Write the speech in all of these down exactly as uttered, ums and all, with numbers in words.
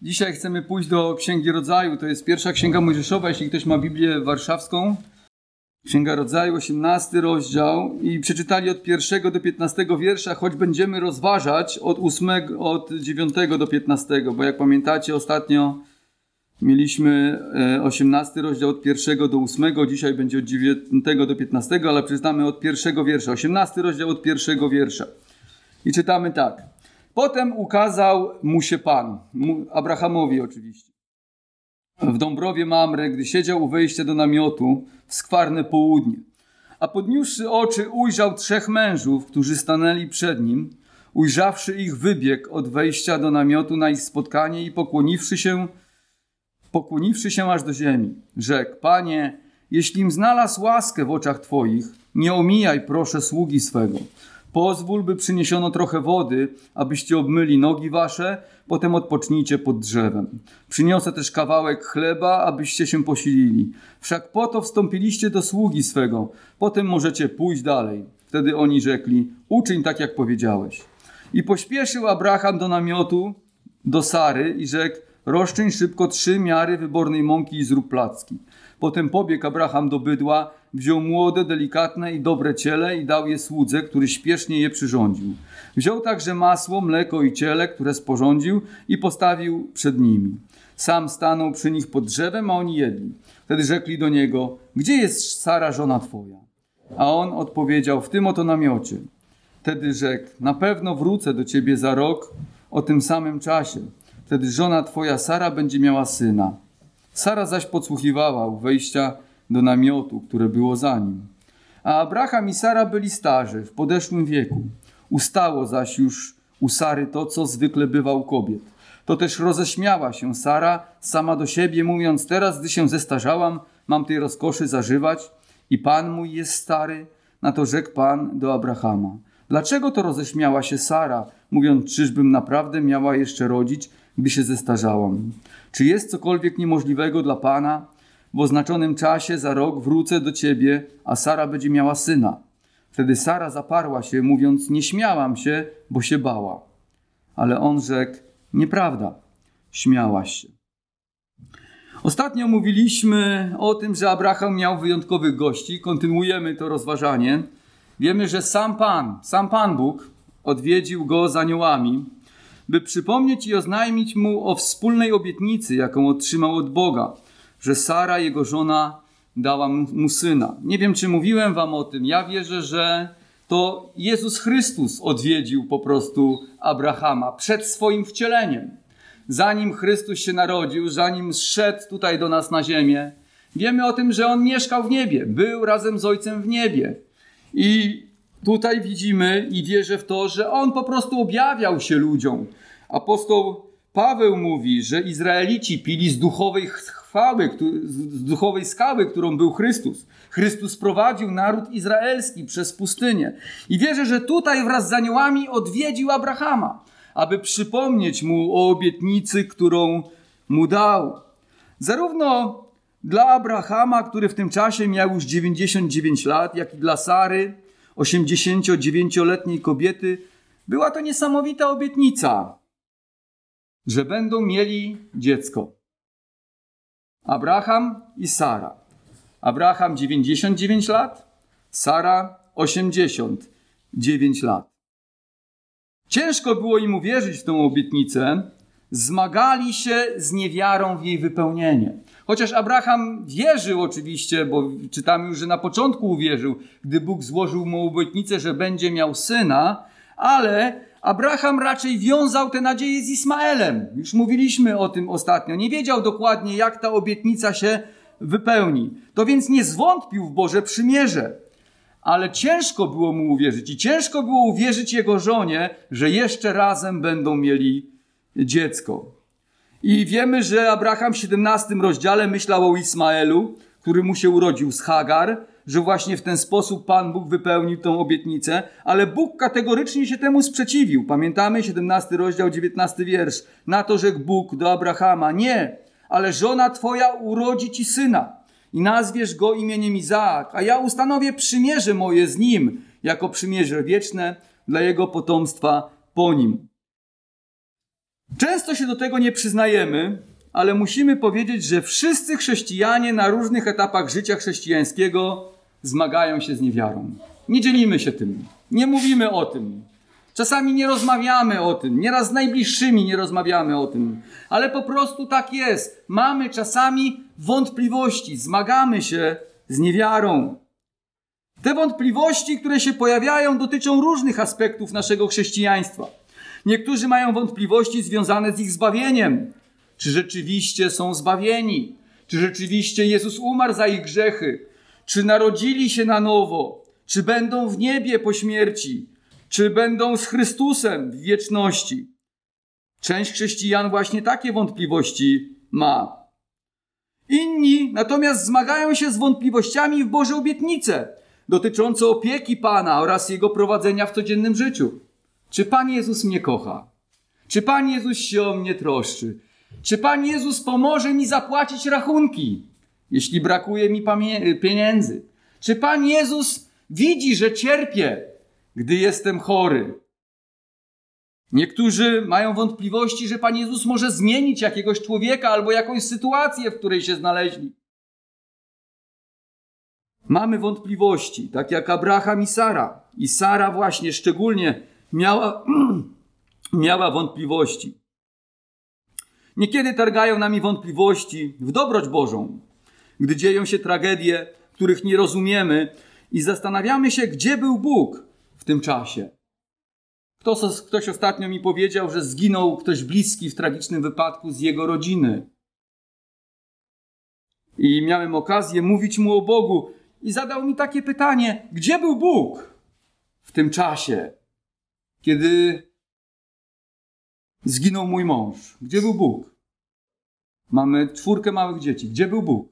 Dzisiaj chcemy pójść do Księgi Rodzaju. To jest pierwsza Księga Mojżeszowa, jeśli ktoś ma Biblię warszawską. Księga Rodzaju, osiemnasty rozdział. I przeczytali od pierwszego do piętnastego wiersza, choć będziemy rozważać od ósmego, od dziewiątego do piętnastego. Bo jak pamiętacie, ostatnio mieliśmy osiemnasty rozdział od pierwszego do ósmego. Dzisiaj będzie od dziewiątego do piętnastego, ale przeczytamy od pierwszego wiersza. osiemnasty rozdział od pierwszego wiersza. I czytamy tak. Potem ukazał mu się Pan, Abrahamowi oczywiście, w Dąbrowie Mamre, gdy siedział u wejścia do namiotu w skwarne południe. A podniósłszy oczy, ujrzał trzech mężów, którzy stanęli przed nim. Ujrzawszy ich, wybiegł od wejścia do namiotu na ich spotkanie i pokłoniwszy się, pokłoniwszy się aż do ziemi, rzekł: Panie, jeśli im znalazł łaskę w oczach Twoich, nie omijaj, proszę, sługi swego. Pozwól, by przyniesiono trochę wody, abyście obmyli nogi wasze, potem odpocznijcie pod drzewem. Przyniosę też kawałek chleba, abyście się posilili. Wszak po to wstąpiliście do sługi swego, potem możecie pójść dalej. Wtedy oni rzekli: uczyń tak, jak powiedziałeś. I pośpieszył Abraham do namiotu, do Sary i rzekł: rozczyń szybko trzy miary wybornej mąki i zrób placki. Potem pobiegł Abraham do bydła, wziął młode, delikatne i dobre ciele i dał je słudze, który śpiesznie je przyrządził. Wziął także masło, mleko i ciele, które sporządził i postawił przed nimi. Sam stanął przy nich pod drzewem, a oni jedli. Wtedy rzekli do niego: gdzie jest Sara, żona twoja? A on odpowiedział: w tym oto namiocie. Wtedy rzekł: na pewno wrócę do ciebie za rok o tym samym czasie. Wtedy żona twoja Sara będzie miała syna. Sara zaś podsłuchiwała u wejścia do namiotu, które było za nim. A Abraham i Sara byli starzy, w podeszłym wieku. Ustało zaś już u Sary to, co zwykle bywa u kobiet. To też roześmiała się Sara sama do siebie, mówiąc: teraz, gdy się zestarzałam, mam tej rozkoszy zażywać i Pan mój jest stary. Na to rzekł Pan do Abrahama: dlaczego to roześmiała się Sara, mówiąc: czyżbym naprawdę miała jeszcze rodzić, gdy się zestarzałam? Czy jest cokolwiek niemożliwego dla Pana? W oznaczonym czasie za rok wrócę do ciebie, a Sara będzie miała syna. Wtedy Sara zaparła się, mówiąc: nie śmiałam się, bo się bała. Ale on rzekł: nieprawda, śmiałaś się. Ostatnio mówiliśmy o tym, że Abraham miał wyjątkowych gości. Kontynuujemy to rozważanie. Wiemy, że sam Pan, sam Pan Bóg odwiedził go z aniołami, by przypomnieć i oznajmić mu o wspólnej obietnicy, jaką otrzymał od Boga, że Sara, jego żona, dała mu syna. Nie wiem, czy mówiłem wam o tym. Ja wierzę, że to Jezus Chrystus odwiedził po prostu Abrahama przed swoim wcieleniem. Zanim Chrystus się narodził, zanim zszedł tutaj do nas na ziemię, wiemy o tym, że On mieszkał w niebie, był razem z Ojcem w niebie. I tutaj widzimy i wierzę w to, że On po prostu objawiał się ludziom. Apostoł Paweł mówi, że Izraelici pili z duchowej chwały, z duchowej skały, którą był Chrystus. Chrystus prowadził naród izraelski przez pustynię. I wierzę, że tutaj wraz z aniołami odwiedził Abrahama, aby przypomnieć mu o obietnicy, którą mu dał. Zarówno dla Abrahama, który w tym czasie miał już dziewięćdziesiąt dziewięć lat, jak i dla Sary, osiemdziesięciodziewięcioletniej kobiety, była to niesamowita obietnica, że będą mieli dziecko. Abraham i Sara. Abraham dziewięćdziesiąt dziewięć lat, Sara osiemdziesiąt dziewięć lat. Ciężko było im uwierzyć w tę obietnicę. Zmagali się z niewiarą w jej wypełnienie. Chociaż Abraham wierzył oczywiście, bo czytamy już, że na początku uwierzył, gdy Bóg złożył mu obietnicę, że będzie miał syna, ale Abraham raczej wiązał te nadzieje z Ismaelem. Już mówiliśmy o tym ostatnio. Nie wiedział dokładnie, jak ta obietnica się wypełni. To więc nie zwątpił w Boże przymierze. Ale ciężko było mu uwierzyć i ciężko było uwierzyć jego żonie, że jeszcze razem będą mieli dziecko. I wiemy, że Abraham w siedemnastym rozdziale myślał o Ismaelu, który mu się urodził z Hagar, że właśnie w ten sposób Pan Bóg wypełnił tę obietnicę, ale Bóg kategorycznie się temu sprzeciwił. Pamiętamy siedemnasty rozdział, dziewiętnasty wiersz. Na to rzekł Bóg do Abrahama: nie, ale żona twoja urodzi ci syna i nazwiesz go imieniem Izaak, a ja ustanowię przymierze moje z nim jako przymierze wieczne dla jego potomstwa po nim. Często się do tego nie przyznajemy, ale musimy powiedzieć, że wszyscy chrześcijanie na różnych etapach życia chrześcijańskiego zmagają się z niewiarą. Nie dzielimy się tym, nie mówimy o tym. Czasami nie rozmawiamy o tym, nieraz z najbliższymi nie rozmawiamy o tym, ale po prostu tak jest. Mamy czasami wątpliwości, zmagamy się z niewiarą. Te wątpliwości, które się pojawiają, dotyczą różnych aspektów naszego chrześcijaństwa. Niektórzy mają wątpliwości związane z ich zbawieniem. Czy rzeczywiście są zbawieni? Czy rzeczywiście Jezus umarł za ich grzechy? Czy narodzili się na nowo? Czy będą w niebie po śmierci? Czy będą z Chrystusem w wieczności? Część chrześcijan właśnie takie wątpliwości ma. Inni natomiast zmagają się z wątpliwościami w Boże obietnice dotyczące opieki Pana oraz Jego prowadzenia w codziennym życiu. Czy Pan Jezus mnie kocha? Czy Pan Jezus się o mnie troszczy? Czy Pan Jezus pomoże mi zapłacić rachunki, jeśli brakuje mi pamię- pieniędzy? Czy Pan Jezus widzi, że cierpię, gdy jestem chory? Niektórzy mają wątpliwości, że Pan Jezus może zmienić jakiegoś człowieka albo jakąś sytuację, w której się znaleźli. Mamy wątpliwości, tak jak Abraham i Sara. I Sara właśnie szczególnie miała, miała wątpliwości. Niekiedy targają nami wątpliwości w dobroć Bożą, gdy dzieją się tragedie, których nie rozumiemy i zastanawiamy się, gdzie był Bóg w tym czasie. Ktoś, ktoś ostatnio mi powiedział, że zginął ktoś bliski w tragicznym wypadku z jego rodziny. I miałem okazję mówić mu o Bogu i zadał mi takie pytanie, gdzie był Bóg w tym czasie, kiedy zginął mój mąż? Gdzie był Bóg? Mamy czwórkę małych dzieci. Gdzie był Bóg?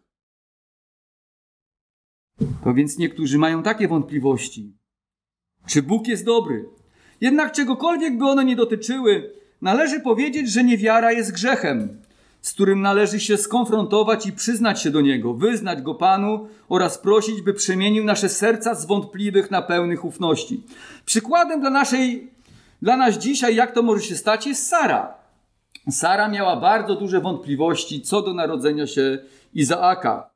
To więc niektórzy mają takie wątpliwości. Czy Bóg jest dobry? Jednak czegokolwiek by one nie dotyczyły, należy powiedzieć, że niewiara jest grzechem, z którym należy się skonfrontować i przyznać się do Niego, wyznać Go Panu oraz prosić, by przemienił nasze serca z wątpliwych na pełnych ufności. Przykładem dla naszej, dla nas dzisiaj, jak to może się stać, jest Sara. Sara miała bardzo duże wątpliwości co do narodzenia się Izaaka.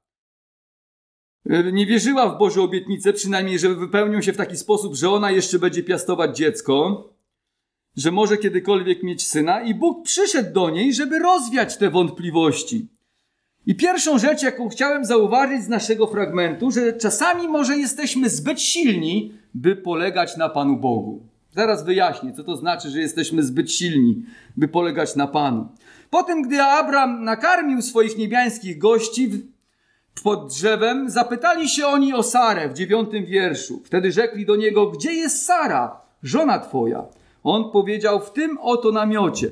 Nie wierzyła w Boże obietnice, przynajmniej, że wypełnią się w taki sposób, że ona jeszcze będzie piastować dziecko, że może kiedykolwiek mieć syna i Bóg przyszedł do niej, żeby rozwiać te wątpliwości. I pierwszą rzecz, jaką chciałem zauważyć z naszego fragmentu, że czasami może jesteśmy zbyt silni, by polegać na Panu Bogu. Zaraz wyjaśnię, co to znaczy, że jesteśmy zbyt silni, by polegać na Panu. Potem, gdy Abram nakarmił swoich niebiańskich gości pod drzewem, zapytali się oni o Sarę w dziewiątym wierszu. Wtedy rzekli do niego, gdzie jest Sara, żona twoja? On powiedział, w tym oto namiocie.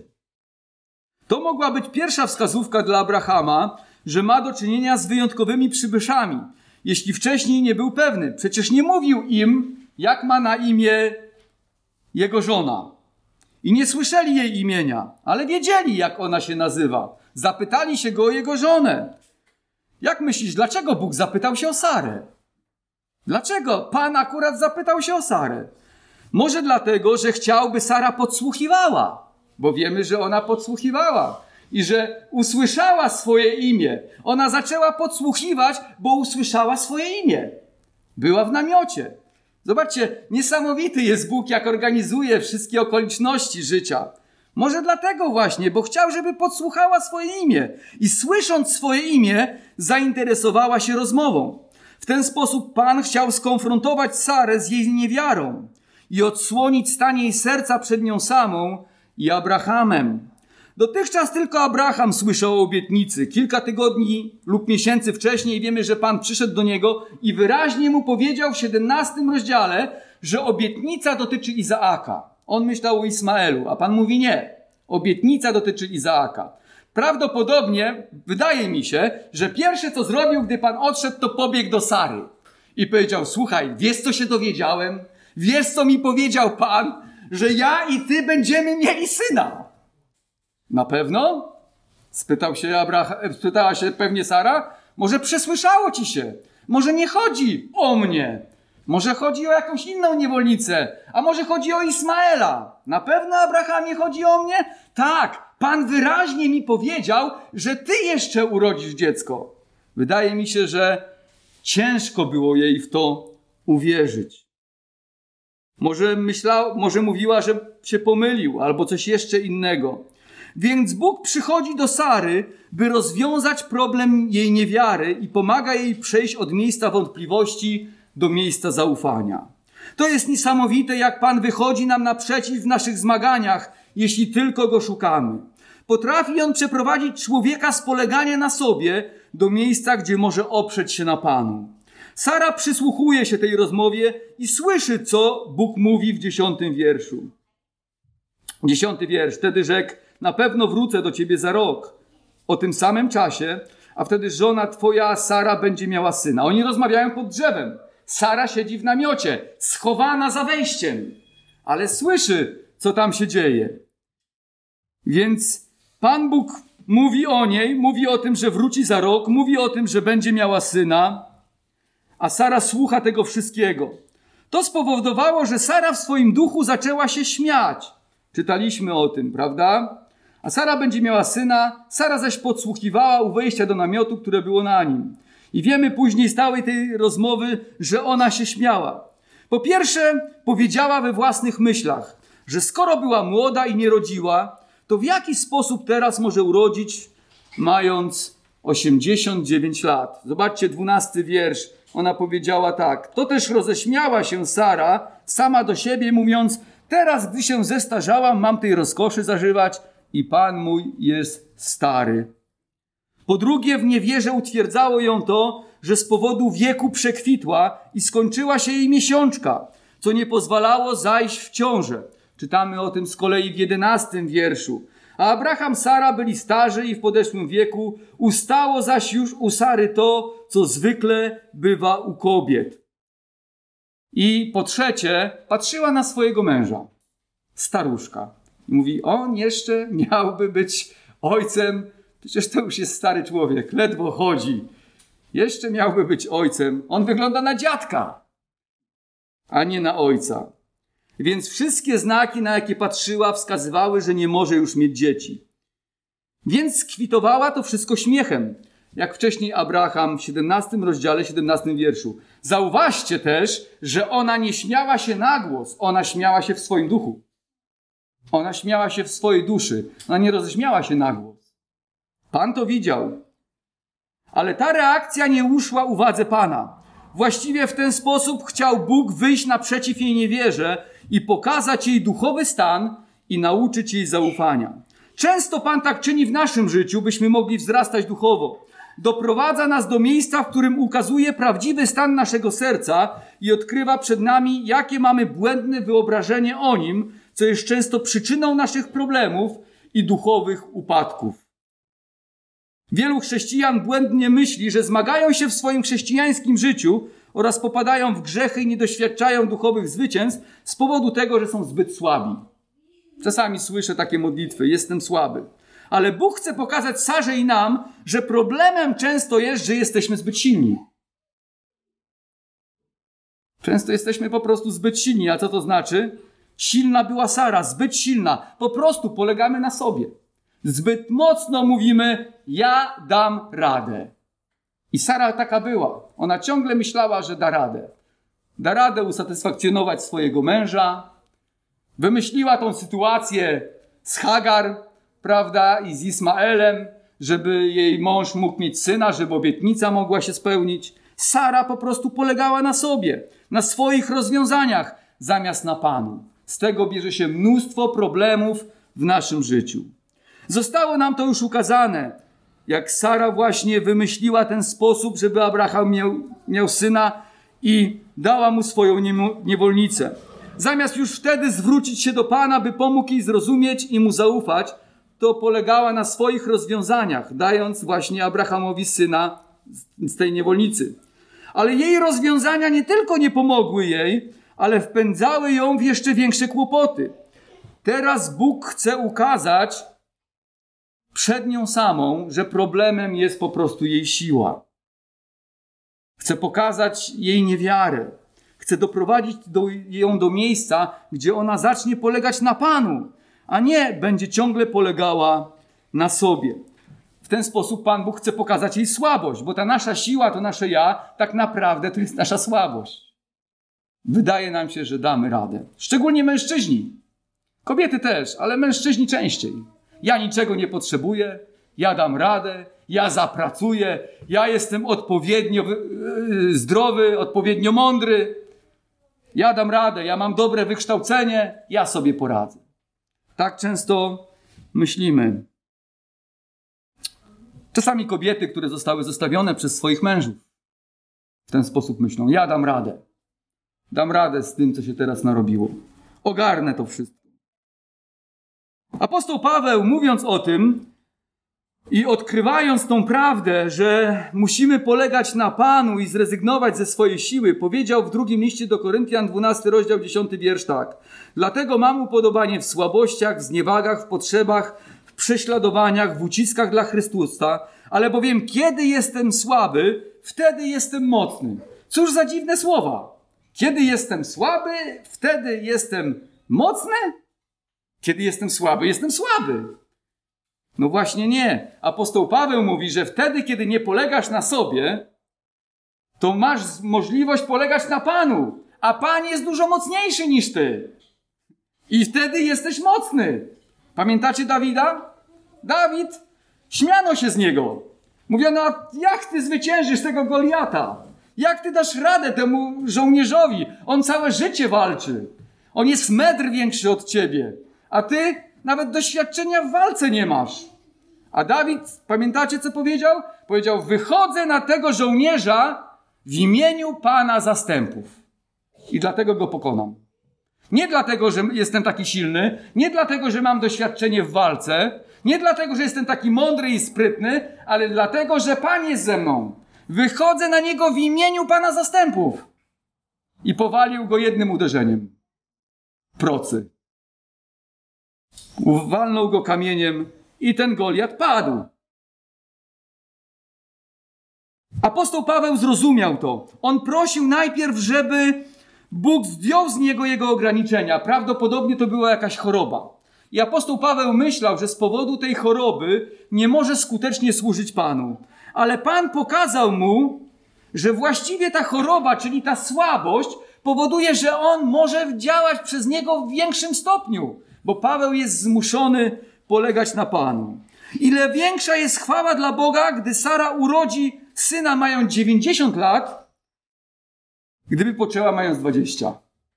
To mogła być pierwsza wskazówka dla Abrahama, że ma do czynienia z wyjątkowymi przybyszami, jeśli wcześniej nie był pewny. Przecież nie mówił im, jak ma na imię jego żona. I nie słyszeli jej imienia, ale wiedzieli, jak ona się nazywa. Zapytali się go o jego żonę. Jak myślisz, dlaczego Bóg zapytał się o Sarę? Dlaczego Pan akurat zapytał się o Sarę? Może dlatego, że chciałby Sara podsłuchiwała, bo wiemy, że ona podsłuchiwała i że usłyszała swoje imię. Ona zaczęła podsłuchiwać, bo usłyszała swoje imię. Była w namiocie. Zobaczcie, niesamowity jest Bóg, jak organizuje wszystkie okoliczności życia. Może dlatego właśnie, bo chciał, żeby podsłuchała swoje imię i słysząc swoje imię, zainteresowała się rozmową. W ten sposób Pan chciał skonfrontować Sarę z jej niewiarą i odsłonić stanie jej serca przed nią samą i Abrahamem. Dotychczas tylko Abraham słyszał o obietnicy. Kilka tygodni lub miesięcy wcześniej wiemy, że Pan przyszedł do niego i wyraźnie mu powiedział w siedemnastym rozdziale, że obietnica dotyczy Izaaka. On myślał o Ismaelu, a Pan mówi nie. Obietnica dotyczy Izaaka. Prawdopodobnie, wydaje mi się, że pierwsze co zrobił, gdy Pan odszedł, to pobiegł do Sary i powiedział, słuchaj, wiesz co się dowiedziałem? Wiesz co mi powiedział Pan? Że ja i ty będziemy mieli syna. Na pewno? Spytał się Abraham, spytała się pewnie Sara. Może przesłyszało ci się. Może nie chodzi o mnie. Może chodzi o jakąś inną niewolnicę. A może chodzi o Ismaela. Na pewno, Abrahamie, chodzi o mnie? Tak. Pan wyraźnie mi powiedział, że ty jeszcze urodzisz dziecko. Wydaje mi się, że ciężko było jej w to uwierzyć. Może myślał, może mówiła, że się pomylił, albo coś jeszcze innego. Więc Bóg przychodzi do Sary, by rozwiązać problem jej niewiary i pomaga jej przejść od miejsca wątpliwości do miejsca zaufania. To jest niesamowite, jak Pan wychodzi nam naprzeciw w naszych zmaganiach, jeśli tylko Go szukamy. Potrafi On przeprowadzić człowieka z polegania na sobie do miejsca, gdzie może oprzeć się na Panu. Sara przysłuchuje się tej rozmowie i słyszy, co Bóg mówi w dziesiątym wierszu. Dziesiąty wiersz. Wtedy rzekł: na pewno wrócę do ciebie za rok, o tym samym czasie, a wtedy żona twoja, Sara, będzie miała syna. Oni rozmawiają pod drzewem. Sara siedzi w namiocie, schowana za wejściem, ale słyszy, co tam się dzieje. Więc Pan Bóg mówi o niej, mówi o tym, że wróci za rok, mówi o tym, że będzie miała syna, a Sara słucha tego wszystkiego. To spowodowało, że Sara w swoim duchu zaczęła się śmiać. Czytaliśmy o tym, prawda? A Sara będzie miała syna, Sara zaś podsłuchiwała u wejścia do namiotu, które było na nim. I wiemy później z całej tej rozmowy, że ona się śmiała. Po pierwsze, powiedziała we własnych myślach, że skoro była młoda i nie rodziła, to w jaki sposób teraz może urodzić, mając osiemdziesiąt dziewięć lat? Zobaczcie, dwunasty wiersz. Ona powiedziała tak: to też roześmiała się Sara sama do siebie, mówiąc: teraz, gdy się zestarzałam, mam tej rozkoszy zażywać i Pan mój jest stary. Po drugie, w niewierze utwierdzało ją to, że z powodu wieku przekwitła i skończyła się jej miesiączka, co nie pozwalało zajść w ciążę. Czytamy o tym z kolei w jedenastym wierszu. A Abraham, Sara byli starzy i w podeszłym wieku, ustało zaś już u Sary to, co zwykle bywa u kobiet. I po trzecie, patrzyła na swojego męża, staruszka. I mówi: on jeszcze miałby być ojcem, przecież to już jest stary człowiek, ledwo chodzi. Jeszcze miałby być ojcem. On wygląda na dziadka, a nie na ojca. Więc wszystkie znaki, na jakie patrzyła, wskazywały, że nie może już mieć dzieci. Więc skwitowała to wszystko śmiechem, jak wcześniej Abraham w siedemnastym rozdziale, siedemnastym wierszu. Zauważcie też, że ona nie śmiała się na głos, ona śmiała się w swoim duchu. Ona śmiała się w swojej duszy, ona nie roześmiała się na głos. Pan to widział. Ale ta reakcja nie uszła uwadze Pana. Właściwie w ten sposób chciał Bóg wyjść naprzeciw jej niewierze i pokazać jej duchowy stan i nauczyć jej zaufania. Często Pan tak czyni w naszym życiu, byśmy mogli wzrastać duchowo. Doprowadza nas do miejsca, w którym ukazuje prawdziwy stan naszego serca i odkrywa przed nami, jakie mamy błędne wyobrażenie o Nim, co jest często przyczyną naszych problemów i duchowych upadków. Wielu chrześcijan błędnie myśli, że zmagają się w swoim chrześcijańskim życiu oraz popadają w grzechy i nie doświadczają duchowych zwycięstw z powodu tego, że są zbyt słabi. Czasami słyszę takie modlitwy: jestem słaby. Ale Bóg chce pokazać Sarze i nam, że problemem często jest, że jesteśmy zbyt silni. Często jesteśmy po prostu zbyt silni. A co to znaczy? Silna była Sara, zbyt silna. Po prostu polegamy na sobie. Zbyt mocno mówimy: ja dam radę. I Sara taka była. Ona ciągle myślała, że da radę. Da radę usatysfakcjonować swojego męża. Wymyśliła tą sytuację z Hagar, prawda, i z Ismaelem, żeby jej mąż mógł mieć syna, żeby obietnica mogła się spełnić. Sara po prostu polegała na sobie, na swoich rozwiązaniach, zamiast na Panu. Z tego bierze się mnóstwo problemów w naszym życiu. Zostało nam to już ukazane, jak Sara właśnie wymyśliła ten sposób, żeby Abraham miał, miał syna i dała mu swoją niewolnicę. Zamiast już wtedy zwrócić się do Pana, by pomógł jej zrozumieć i mu zaufać, to polegała na swoich rozwiązaniach, dając właśnie Abrahamowi syna z tej niewolnicy. Ale jej rozwiązania nie tylko nie pomogły jej, ale wpędzały ją w jeszcze większe kłopoty. Teraz Bóg chce ukazać przed nią samą, że problemem jest po prostu jej siła. Chce pokazać jej niewiarę. Chce doprowadzić do, ją do miejsca, gdzie ona zacznie polegać na Panu, a a nie będzie ciągle polegała na sobie. W ten sposób Pan Bóg chce pokazać jej słabość, bo ta nasza siła, to nasze ja, tak naprawdę to jest nasza słabość. Wydaje nam się, że damy radę. Szczególnie mężczyźni. Kobiety też, ale mężczyźni częściej. Ja niczego nie potrzebuję, ja dam radę, ja zapracuję, ja jestem odpowiednio zdrowy, odpowiednio mądry. Ja dam radę, ja mam dobre wykształcenie, ja sobie poradzę. Tak często myślimy. Czasami kobiety, które zostały zostawione przez swoich mężów, w ten sposób myślą: ja dam radę. Dam radę z tym, co się teraz narobiło. Ogarnę to wszystko. Apostoł Paweł, mówiąc o tym i odkrywając tą prawdę, że musimy polegać na Panu i zrezygnować ze swojej siły, powiedział w drugim liście do Koryntian, dwunasty rozdział, dziesiąty wiersz tak. Dlatego mam upodobanie w słabościach, w zniewagach, w potrzebach, w prześladowaniach, w uciskach dla Chrystusa, ale bowiem kiedy jestem słaby, wtedy jestem mocny. Cóż za dziwne słowa. Kiedy jestem słaby, wtedy jestem mocny? Kiedy jestem słaby, jestem słaby. No właśnie nie. Apostoł Paweł mówi, że wtedy, kiedy nie polegasz na sobie, to masz możliwość polegać na Panu. A Pan jest dużo mocniejszy niż ty. I wtedy jesteś mocny. Pamiętacie Dawida? Dawid, śmiano się z niego. Mówiono: jak ty zwyciężysz tego Goliata? Jak ty dasz radę temu żołnierzowi? On całe życie walczy. On jest metr większy od ciebie. A ty nawet doświadczenia w walce nie masz. A Dawid, pamiętacie co powiedział? Powiedział: wychodzę na tego żołnierza w imieniu Pana zastępów. I dlatego go pokonam. Nie dlatego, że jestem taki silny, nie dlatego, że mam doświadczenie w walce, nie dlatego, że jestem taki mądry i sprytny, ale dlatego, że Pan jest ze mną. Wychodzę na niego w imieniu Pana zastępów. I powalił go jednym uderzeniem. Procy. Walnął go kamieniem i ten Goliat padł. Apostoł Paweł zrozumiał to. On prosił najpierw, żeby Bóg zdjął z niego jego ograniczenia. Prawdopodobnie to była jakaś choroba. I apostoł Paweł myślał, że z powodu tej choroby nie może skutecznie służyć Panu. Ale Pan pokazał mu, że właściwie ta choroba, czyli ta słabość, powoduje, że on może działać przez niego w większym stopniu. Bo Paweł jest zmuszony polegać na Panu. Ile większa jest chwała dla Boga, gdy Sara urodzi syna mając dziewięćdziesiąt lat, gdyby poczęła mając dwadzieścia.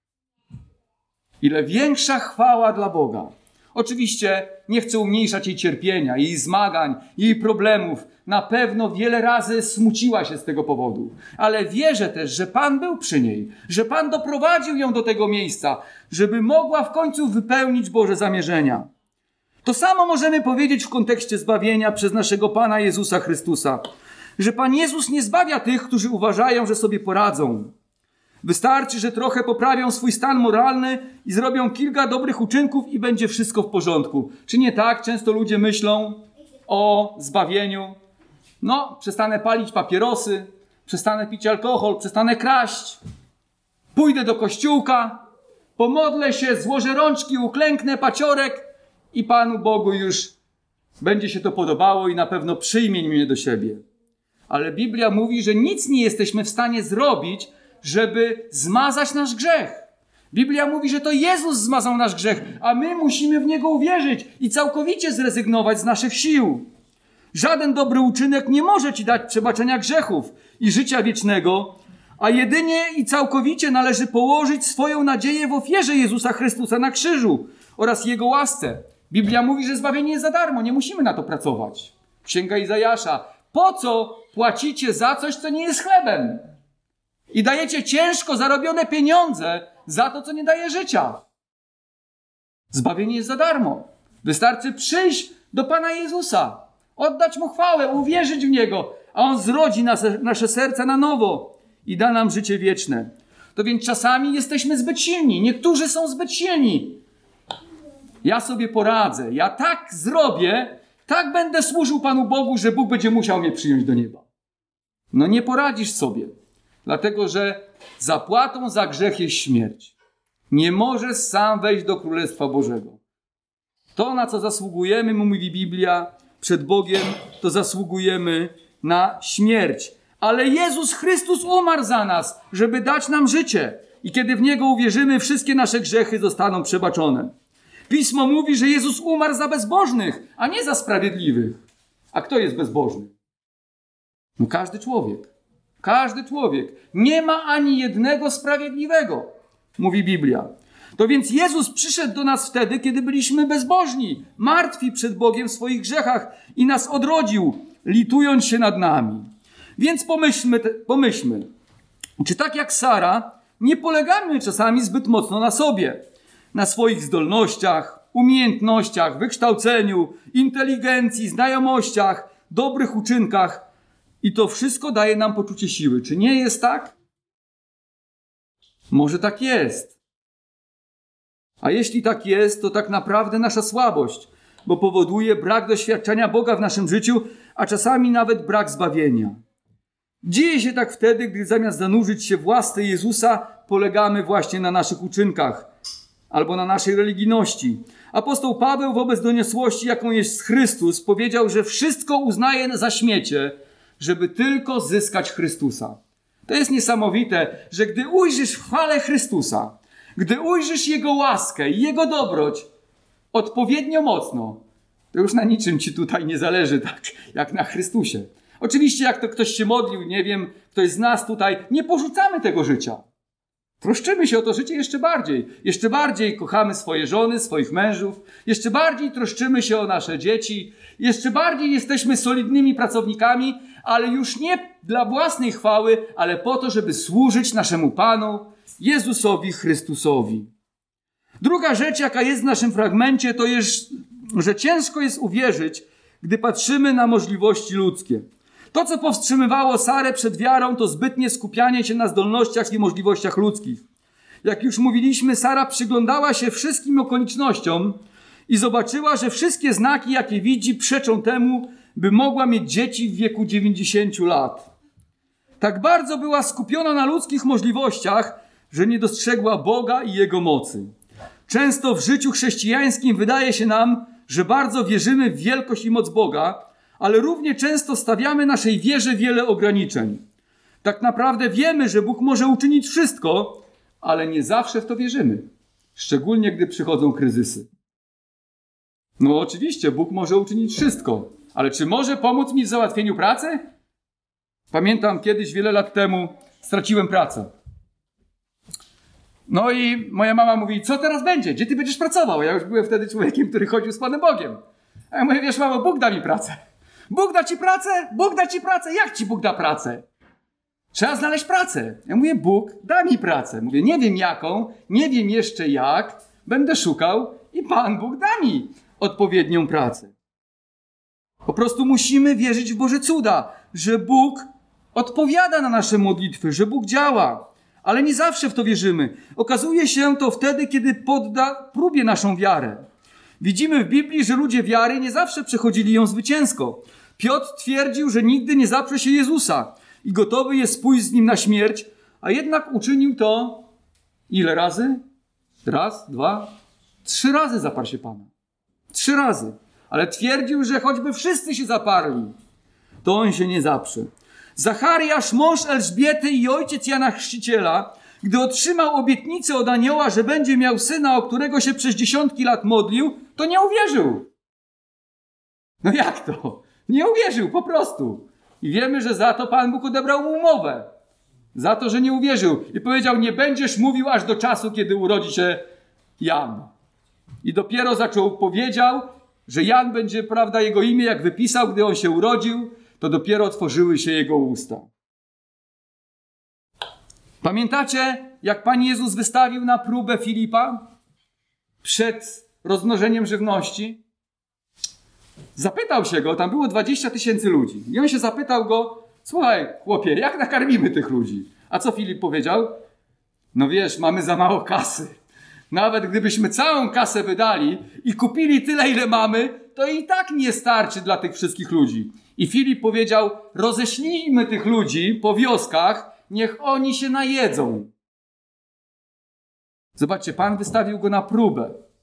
Ile większa chwała dla Boga. Oczywiście nie chcę umniejszać jej cierpienia, jej zmagań, jej problemów. Na pewno wiele razy smuciła się z tego powodu. Ale wierzę też, że Pan był przy niej, że Pan doprowadził ją do tego miejsca, żeby mogła w końcu wypełnić Boże zamierzenia. To samo możemy powiedzieć w kontekście zbawienia przez naszego Pana Jezusa Chrystusa. Że Pan Jezus nie zbawia tych, którzy uważają, że sobie poradzą. Wystarczy, że trochę poprawią swój stan moralny i zrobią kilka dobrych uczynków i będzie wszystko w porządku. Czy nie tak? Często ludzie myślą o zbawieniu. No, przestanę palić papierosy, przestanę pić alkohol, przestanę kraść. Pójdę do kościółka, pomodlę się, złożę rączki, uklęknę, paciorek i Panu Bogu już będzie się to podobało i na pewno przyjmie mnie do siebie. Ale Biblia mówi, że nic nie jesteśmy w stanie zrobić, żeby zmazać nasz grzech. Biblia mówi, że to Jezus zmazał nasz grzech, a my musimy w Niego uwierzyć i całkowicie zrezygnować z naszych sił. Żaden dobry uczynek nie może ci dać przebaczenia grzechów i życia wiecznego, a jedynie i całkowicie należy położyć swoją nadzieję w ofierze Jezusa Chrystusa na krzyżu oraz Jego łasce. Biblia mówi, że zbawienie jest za darmo, nie musimy na to pracować. Księga Izajasza. Po co płacicie za coś, co nie jest chlebem? I dajecie ciężko zarobione pieniądze za to, co nie daje życia. Zbawienie jest za darmo. Wystarczy przyjść do Pana Jezusa, oddać Mu chwałę, uwierzyć w Niego, a On zrodzi nas, nasze serca na nowo i da nam życie wieczne. To więc czasami jesteśmy zbyt silni. Niektórzy są zbyt silni. Ja sobie poradzę. Ja tak zrobię, tak będę służył Panu Bogu, że Bóg będzie musiał mnie przyjąć do nieba. No nie poradzisz sobie. Dlatego, że zapłatą za grzech jest śmierć. Nie możesz sam wejść do Królestwa Bożego. To, na co zasługujemy, mówi Biblia, przed Bogiem, to zasługujemy na śmierć. Ale Jezus Chrystus umarł za nas, żeby dać nam życie. I kiedy w Niego uwierzymy, wszystkie nasze grzechy zostaną przebaczone. Pismo mówi, że Jezus umarł za bezbożnych, a nie za sprawiedliwych. A kto jest bezbożny? No każdy człowiek. Każdy człowiek. Nie ma ani jednego sprawiedliwego, mówi Biblia. To więc Jezus przyszedł do nas wtedy, kiedy byliśmy bezbożni, martwi przed Bogiem w swoich grzechach i nas odrodził, litując się nad nami. Więc pomyślmy, pomyślmy, czy tak jak Sara, nie polegamy czasami zbyt mocno na sobie, na swoich zdolnościach, umiejętnościach, wykształceniu, inteligencji, znajomościach, dobrych uczynkach i to wszystko daje nam poczucie siły. Czy nie jest tak? Może tak jest. A jeśli tak jest, to tak naprawdę nasza słabość, bo powoduje brak doświadczenia Boga w naszym życiu, a czasami nawet brak zbawienia. Dzieje się tak wtedy, gdy zamiast zanurzyć się w łasce Jezusa, polegamy właśnie na naszych uczynkach albo na naszej religijności. Apostoł Paweł wobec doniosłości, jaką jest Chrystus, powiedział, że wszystko uznaje za śmiecie, żeby tylko zyskać Chrystusa. To jest niesamowite, że gdy ujrzysz chwałę Chrystusa, gdy ujrzysz Jego łaskę i Jego dobroć odpowiednio mocno, to już na niczym ci tutaj nie zależy tak, jak na Chrystusie. Oczywiście jak to ktoś się modlił, nie wiem, ktoś z nas tutaj, nie porzucamy tego życia. Troszczymy się o to życie jeszcze bardziej. Jeszcze bardziej kochamy swoje żony, swoich mężów. Jeszcze bardziej troszczymy się o nasze dzieci. Jeszcze bardziej jesteśmy solidnymi pracownikami, ale już nie dla własnej chwały, ale po to, żeby służyć naszemu Panu, Jezusowi Chrystusowi. Druga rzecz, jaka jest w naszym fragmencie, to jest, że ciężko jest uwierzyć, gdy patrzymy na możliwości ludzkie. To, co powstrzymywało Sarę przed wiarą, to zbytnie skupianie się na zdolnościach i możliwościach ludzkich. Jak już mówiliśmy, Sara przyglądała się wszystkim okolicznościom i zobaczyła, że wszystkie znaki, jakie widzi, przeczą temu, by mogła mieć dzieci w wieku dziewięćdziesięciu lat. Tak bardzo była skupiona na ludzkich możliwościach, że nie dostrzegła Boga i Jego mocy. Często w życiu chrześcijańskim wydaje się nam, że bardzo wierzymy w wielkość i moc Boga, ale równie często stawiamy naszej wierze wiele ograniczeń. Tak naprawdę wiemy, że Bóg może uczynić wszystko, ale nie zawsze w to wierzymy. Szczególnie, gdy przychodzą kryzysy. No oczywiście, Bóg może uczynić wszystko, ale czy może pomóc mi w załatwieniu pracy? Pamiętam kiedyś, wiele lat temu, straciłem pracę. No i moja mama mówi, co teraz będzie? Gdzie ty będziesz pracował? Ja już byłem wtedy człowiekiem, który chodził z Panem Bogiem. A ja mówię, wiesz mamo, Bóg da mi pracę. Bóg da ci pracę? Bóg da ci pracę? Jak ci Bóg da pracę? Trzeba znaleźć pracę. Ja mówię, Bóg da mi pracę. Mówię, nie wiem jaką, nie wiem jeszcze jak, będę szukał i Pan Bóg da mi odpowiednią pracę. Po prostu musimy wierzyć w Boże cuda, że Bóg odpowiada na nasze modlitwy, że Bóg działa. Ale nie zawsze w to wierzymy. Okazuje się to wtedy, kiedy podda próbie naszą wiarę. Widzimy w Biblii, że ludzie wiary nie zawsze przechodzili ją zwycięsko. Piotr twierdził, że nigdy nie zaprze się Jezusa i gotowy jest pójść z Nim na śmierć, a jednak uczynił to ile razy? Raz, dwa, trzy razy zaparł się Pana. Trzy razy. Ale twierdził, że choćby wszyscy się zaparli, to on się nie zaprze. Zachariasz, mąż Elżbiety i ojciec Jana Chrzciciela, gdy otrzymał obietnicę od anioła, że będzie miał syna, o którego się przez dziesiątki lat modlił, to nie uwierzył. No jak to? Nie uwierzył, po prostu. I wiemy, że za to Pan Bóg odebrał mu umowę. Za to, że nie uwierzył. I powiedział, nie będziesz mówił aż do czasu, kiedy urodzi się Jan. I dopiero zaczął, powiedział, że Jan będzie, prawda, jego imię, jak wypisał, gdy on się urodził, to dopiero otworzyły się jego usta. Pamiętacie, jak Pan Jezus wystawił na próbę Filipa przed rozmnożeniem żywności? Zapytał się go, tam było dwadzieścia tysięcy ludzi. I on się zapytał go, słuchaj, chłopie, jak nakarmimy tych ludzi? A co Filip powiedział? No wiesz, mamy za mało kasy. Nawet gdybyśmy całą kasę wydali i kupili tyle, ile mamy, to i tak nie starczy dla tych wszystkich ludzi. I Filip powiedział, roześlijmy tych ludzi po wioskach, niech oni się najedzą. Zobaczcie, Pan wystawił go na próbę.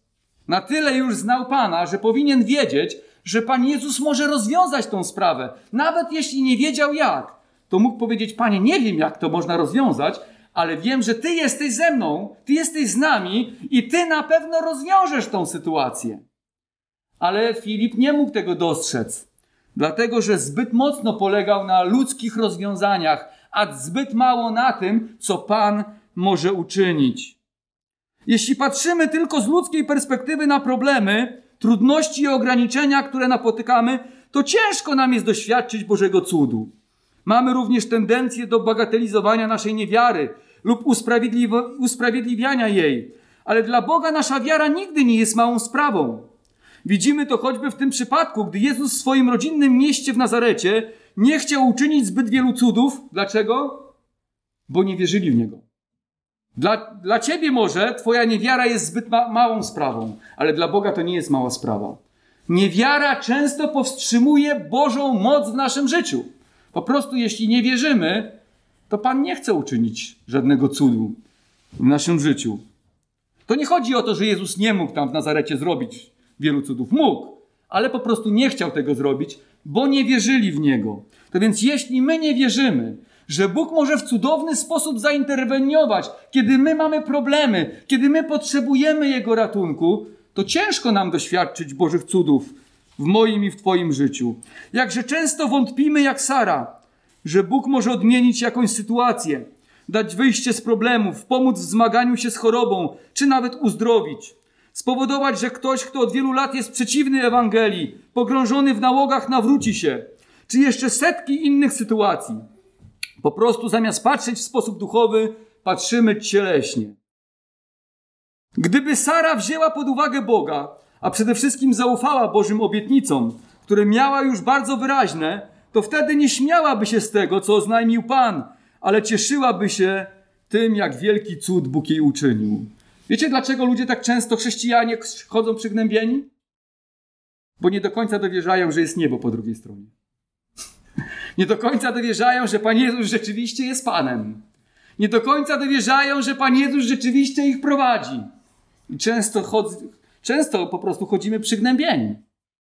Na tyle już znał Pana, że powinien wiedzieć, że Pan Jezus może rozwiązać tą sprawę. Nawet jeśli nie wiedział jak, to mógł powiedzieć: Panie, nie wiem jak to można rozwiązać, ale wiem, że Ty jesteś ze mną, Ty jesteś z nami i Ty na pewno rozwiążesz tą sytuację. Ale Filip nie mógł tego dostrzec, dlatego że zbyt mocno polegał na ludzkich rozwiązaniach, a zbyt mało na tym, co Pan może uczynić. Jeśli patrzymy tylko z ludzkiej perspektywy na problemy, trudności i ograniczenia, które napotykamy, to ciężko nam jest doświadczyć Bożego cudu. Mamy również tendencję do bagatelizowania naszej niewiary lub usprawiedliwi- usprawiedliwiania jej. Ale dla Boga nasza wiara nigdy nie jest małą sprawą. Widzimy to choćby w tym przypadku, gdy Jezus w swoim rodzinnym mieście w Nazarecie nie chciał uczynić zbyt wielu cudów. Dlaczego? Bo nie wierzyli w Niego. Dla, dla ciebie może twoja niewiara jest zbyt ma- małą sprawą, ale dla Boga to nie jest mała sprawa. Niewiara często powstrzymuje Bożą moc w naszym życiu. Po prostu jeśli nie wierzymy, to Pan nie chce uczynić żadnego cudu w naszym życiu. To nie chodzi o to, że Jezus nie mógł tam w Nazarecie zrobić wielu cudów. Mógł, ale po prostu nie chciał tego zrobić, bo nie wierzyli w Niego. To więc jeśli my nie wierzymy, że Bóg może w cudowny sposób zainterweniować, kiedy my mamy problemy, kiedy my potrzebujemy Jego ratunku, to ciężko nam doświadczyć Bożych cudów w moim i w Twoim życiu. Jakże często wątpimy jak Sara, że Bóg może odmienić jakąś sytuację, dać wyjście z problemów, pomóc w zmaganiu się z chorobą, czy nawet uzdrowić. Spowodować, że ktoś, kto od wielu lat jest przeciwny Ewangelii, pogrążony w nałogach, nawróci się. Czy jeszcze setki innych sytuacji. Po prostu zamiast patrzeć w sposób duchowy, patrzymy cieleśnie. Gdyby Sara wzięła pod uwagę Boga, a przede wszystkim zaufała Bożym obietnicom, które miała już bardzo wyraźne, to wtedy nie śmiałaby się z tego, co oznajmił Pan, ale cieszyłaby się tym, jak wielki cud Bóg jej uczynił. Wiecie, dlaczego ludzie tak często, chrześcijanie, chodzą przygnębieni? Bo nie do końca dowierzają, że jest niebo po drugiej stronie. Nie do końca dowierzają, że Pan Jezus rzeczywiście jest Panem. Nie do końca dowierzają, że Pan Jezus rzeczywiście ich prowadzi. I często, chodz, często po prostu chodzimy przygnębieni.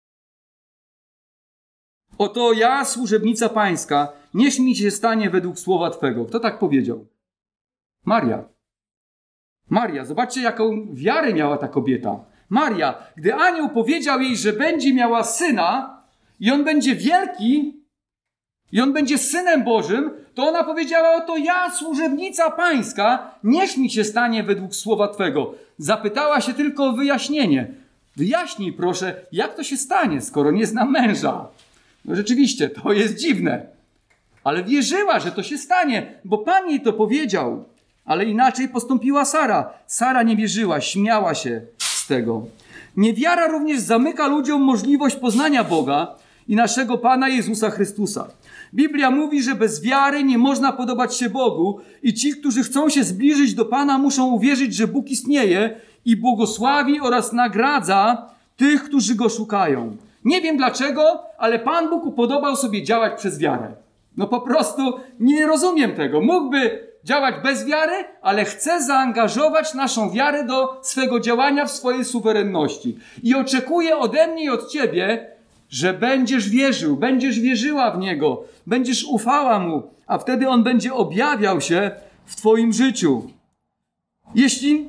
Oto ja, służebnica Pańska, niech mi się stanie według słowa Twego. Kto tak powiedział? Maria. Maria, zobaczcie, jaką wiarę miała ta kobieta. Maria, gdy anioł powiedział jej, że będzie miała syna i on będzie wielki, i on będzie Synem Bożym, to ona powiedziała: oto ja, służebnica Pańska, niech mi się stanie według słowa Twego. Zapytała się tylko o wyjaśnienie. Wyjaśnij proszę, jak to się stanie, skoro nie znam męża. No rzeczywiście, to jest dziwne. Ale wierzyła, że to się stanie, bo Pan jej to powiedział. Ale inaczej postąpiła Sara. Sara nie wierzyła, śmiała się z tego. Niewiara również zamyka ludziom możliwość poznania Boga i naszego Pana Jezusa Chrystusa. Biblia mówi, że bez wiary nie można podobać się Bogu i ci, którzy chcą się zbliżyć do Pana, muszą uwierzyć, że Bóg istnieje i błogosławi oraz nagradza tych, którzy Go szukają. Nie wiem dlaczego, ale Pan Bóg upodobał sobie działać przez wiarę. No po prostu nie rozumiem tego. Mógłby działać bez wiary, ale chce zaangażować naszą wiarę do swego działania w swojej suwerenności. I oczekuje ode mnie i od Ciebie, że będziesz wierzył, będziesz wierzyła w Niego, będziesz ufała Mu, a wtedy On będzie objawiał się w Twoim życiu. Jeśli...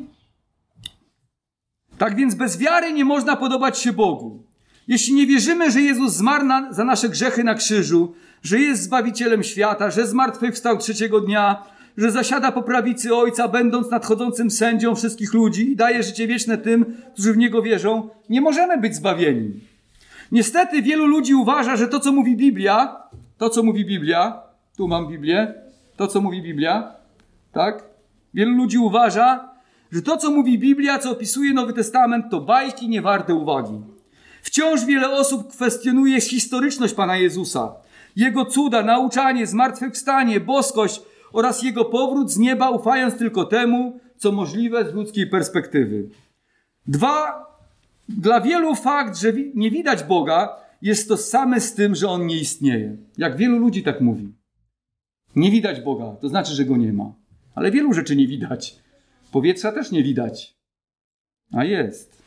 Tak więc bez wiary nie można podobać się Bogu. Jeśli nie wierzymy, że Jezus zmarł na, za nasze grzechy na krzyżu, że jest Zbawicielem świata, że zmartwychwstał trzeciego dnia, że zasiada po prawicy Ojca, będąc nadchodzącym sędzią wszystkich ludzi i daje życie wieczne tym, którzy w Niego wierzą, nie możemy być zbawieni. Niestety wielu ludzi uważa, że to, co mówi Biblia, to, co mówi Biblia, tu mam Biblię, to, co mówi Biblia, tak? Wielu ludzi uważa, że to, co mówi Biblia, co opisuje Nowy Testament, to bajki niewarte uwagi. Wciąż wiele osób kwestionuje historyczność Pana Jezusa, Jego cuda, nauczanie, zmartwychwstanie, boskość oraz Jego powrót z nieba, ufając tylko temu, co możliwe z ludzkiej perspektywy. Dwa, dla wielu fakt, że nie widać Boga, jest to same z tym, że On nie istnieje. Jak wielu ludzi tak mówi. Nie widać Boga, to znaczy, że Go nie ma. Ale wielu rzeczy nie widać. Powietrza też nie widać. A jest.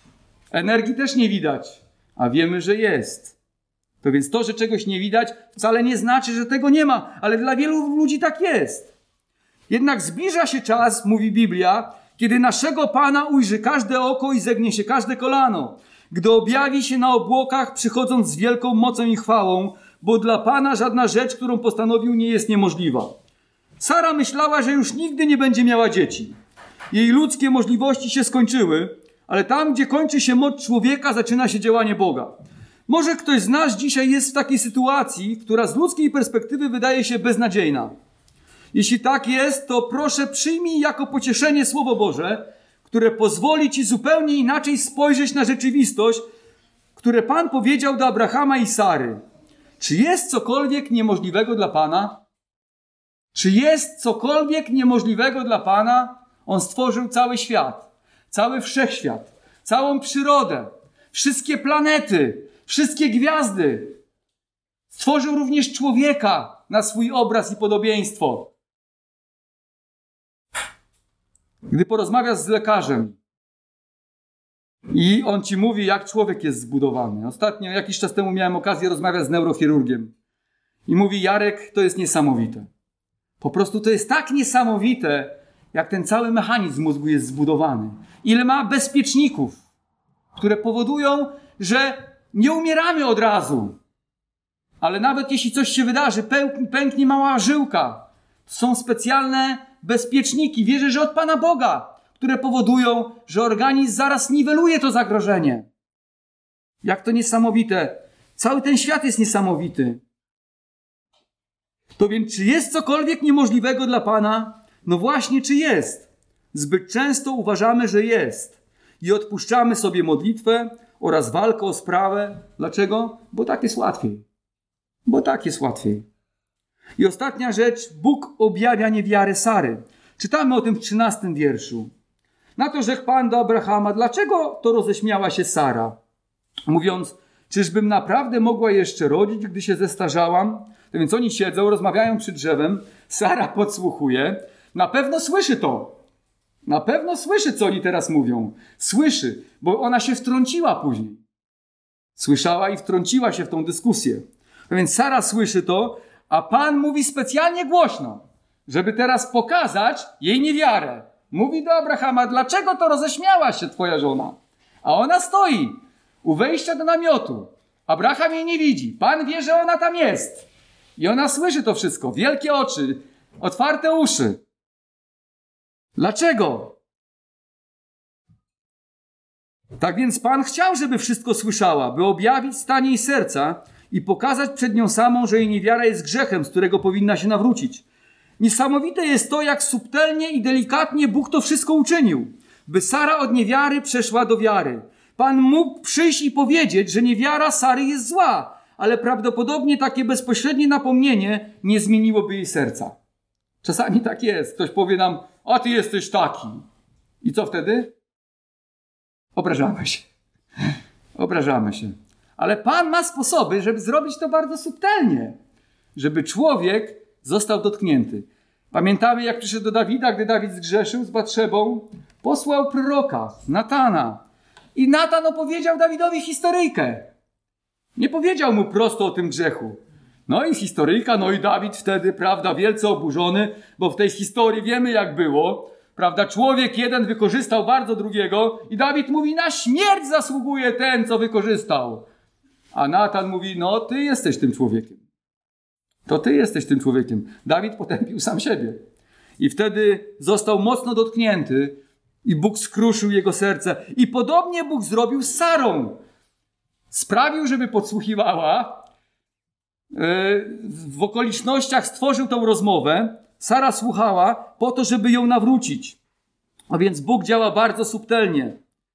Energii też nie widać, a wiemy, że jest. To więc to, że czegoś nie widać, wcale nie znaczy, że tego nie ma, ale dla wielu ludzi tak jest. Jednak zbliża się czas, mówi Biblia, kiedy naszego Pana ujrzy każde oko i zegnie się każde kolano, gdy objawi się na obłokach, przychodząc z wielką mocą i chwałą, bo dla Pana żadna rzecz, którą postanowił, nie jest niemożliwa. Sara myślała, że już nigdy nie będzie miała dzieci. Jej ludzkie możliwości się skończyły, ale tam, gdzie kończy się moc człowieka, zaczyna się działanie Boga. Może ktoś z nas dzisiaj jest w takiej sytuacji, która z ludzkiej perspektywy wydaje się beznadziejna. Jeśli tak jest, to proszę przyjmij jako pocieszenie Słowo Boże, które pozwoli ci zupełnie inaczej spojrzeć na rzeczywistość, które Pan powiedział do Abrahama i Sary. Czy jest cokolwiek niemożliwego dla Pana? Czy jest cokolwiek niemożliwego dla Pana? On stworzył cały świat, cały wszechświat, całą przyrodę, wszystkie planety, wszystkie gwiazdy. Stworzył również człowieka na swój obraz i podobieństwo. Gdy porozmawiasz z lekarzem i on ci mówi, jak człowiek jest zbudowany. Ostatnio, jakiś czas temu miałem okazję rozmawiać z neurochirurgiem. I mówi, Jarek, to jest niesamowite. Po prostu to jest tak niesamowite, jak ten cały mechanizm mózgu jest zbudowany. Ile ma bezpieczników, które powodują, że nie umieramy od razu. Ale nawet jeśli coś się wydarzy, pęknie mała żyłka. To są specjalne bezpieczniki, wierzę, że od Pana Boga, które powodują, że organizm zaraz niweluje to zagrożenie. Jak to niesamowite. Cały ten świat jest niesamowity. To więc, czy jest cokolwiek niemożliwego dla Pana? No właśnie, czy jest? Zbyt często uważamy, że jest. I odpuszczamy sobie modlitwę oraz walkę o sprawę. Dlaczego? Bo tak jest łatwiej. Bo tak jest łatwiej. I ostatnia rzecz. Bóg objawia niewiarę Sary. Czytamy o tym w trzynastym wierszu. Na to rzekł Pan do Abrahama, dlaczego to roześmiała się Sara? Mówiąc, czyżbym naprawdę mogła jeszcze rodzić, gdy się zestarzałam? To więc oni siedzą, rozmawiają przy drzewem. Sara podsłuchuje. Na pewno słyszy to. Na pewno słyszy, co oni teraz mówią. Słyszy, bo ona się wtrąciła później. Słyszała i wtrąciła się w tą dyskusję. A więc Sara słyszy to, a Pan mówi specjalnie głośno, żeby teraz pokazać jej niewiarę. Mówi do Abrahama, dlaczego to roześmiała się twoja żona? A ona stoi u wejścia do namiotu. Abraham jej nie widzi. Pan wie, że ona tam jest. I ona słyszy to wszystko. Wielkie oczy, otwarte uszy. Dlaczego? Tak więc Pan chciał, żeby wszystko słyszała, by objawić stan jej serca i pokazać przed nią samą, że jej niewiara jest grzechem, z którego powinna się nawrócić. Niesamowite jest to, jak subtelnie i delikatnie Bóg to wszystko uczynił, by Sara od niewiary przeszła do wiary. Pan mógł przyjść i powiedzieć, że niewiara Sary jest zła, ale prawdopodobnie takie bezpośrednie napomnienie nie zmieniłoby jej serca. Czasami tak jest. Ktoś powie nam, a ty jesteś taki. I co wtedy? Obrażamy się. Obrażamy się. Ale Pan ma sposoby, żeby zrobić to bardzo subtelnie. Żeby człowiek został dotknięty. Pamiętamy, jak przyszedł do Dawida, gdy Dawid zgrzeszył z Batszebą. Posłał proroka, Natana. I Natan opowiedział Dawidowi historyjkę. Nie powiedział mu prosto o tym grzechu. No i historyjka, no i Dawid wtedy, prawda, wielce oburzony, bo w tej historii wiemy, jak było. Prawda, człowiek jeden wykorzystał bardzo drugiego i Dawid mówi, na śmierć zasługuje ten, co wykorzystał. A Natan mówi, no ty jesteś tym człowiekiem. To ty jesteś tym człowiekiem. Dawid potępił sam siebie. I wtedy został mocno dotknięty i Bóg skruszył jego serce. I podobnie Bóg zrobił z Sarą. Sprawił, żeby podsłuchiwała. W okolicznościach stworzył tą rozmowę. Sara słuchała po to, żeby ją nawrócić. A więc Bóg działa bardzo subtelnie.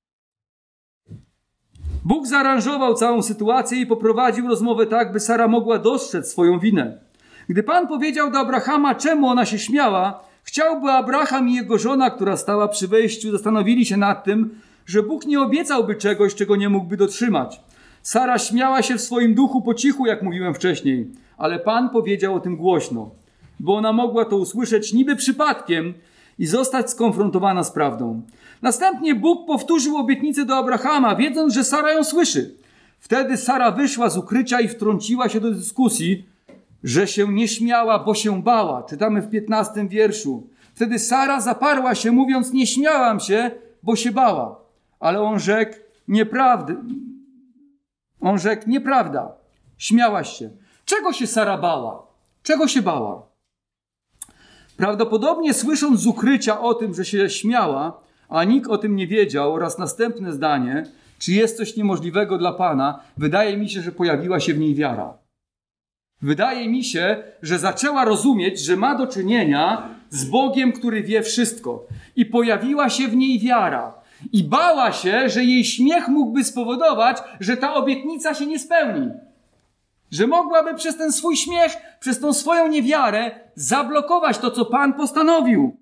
Bóg zaaranżował całą sytuację i poprowadził rozmowę tak, by Sara mogła dostrzec swoją winę. Gdy Pan powiedział do Abrahama, czemu ona się śmiała, chciał, by Abraham i jego żona, która stała przy wejściu, zastanowili się nad tym, że Bóg nie obiecałby czegoś, czego nie mógłby dotrzymać. Sara śmiała się w swoim duchu po cichu, jak mówiłem wcześniej, ale Pan powiedział o tym głośno, bo ona mogła to usłyszeć niby przypadkiem, i zostać skonfrontowana z prawdą. Następnie Bóg powtórzył obietnicę do Abrahama, wiedząc, że Sara ją słyszy. Wtedy Sara wyszła z ukrycia i wtrąciła się do dyskusji, że się nie śmiała, bo się bała. Czytamy w piętnastym wierszu. Wtedy Sara zaparła się, mówiąc, nie śmiałam się, bo się bała. Ale on rzekł, nieprawda. On rzekł, nieprawda. Śmiałaś się. Czego się Sara bała? Czego się bała? Prawdopodobnie słysząc z ukrycia o tym, że się śmiała, a nikt o tym nie wiedział, oraz następne zdanie, czy jest coś niemożliwego dla Pana, wydaje mi się, że pojawiła się w niej wiara. Wydaje mi się, że zaczęła rozumieć, że ma do czynienia z Bogiem, który wie wszystko. I pojawiła się w niej wiara. I bała się, że jej śmiech mógłby spowodować, że ta obietnica się nie spełni. Że mogłaby przez ten swój śmiech, przez tą swoją niewiarę zablokować to, co Pan postanowił.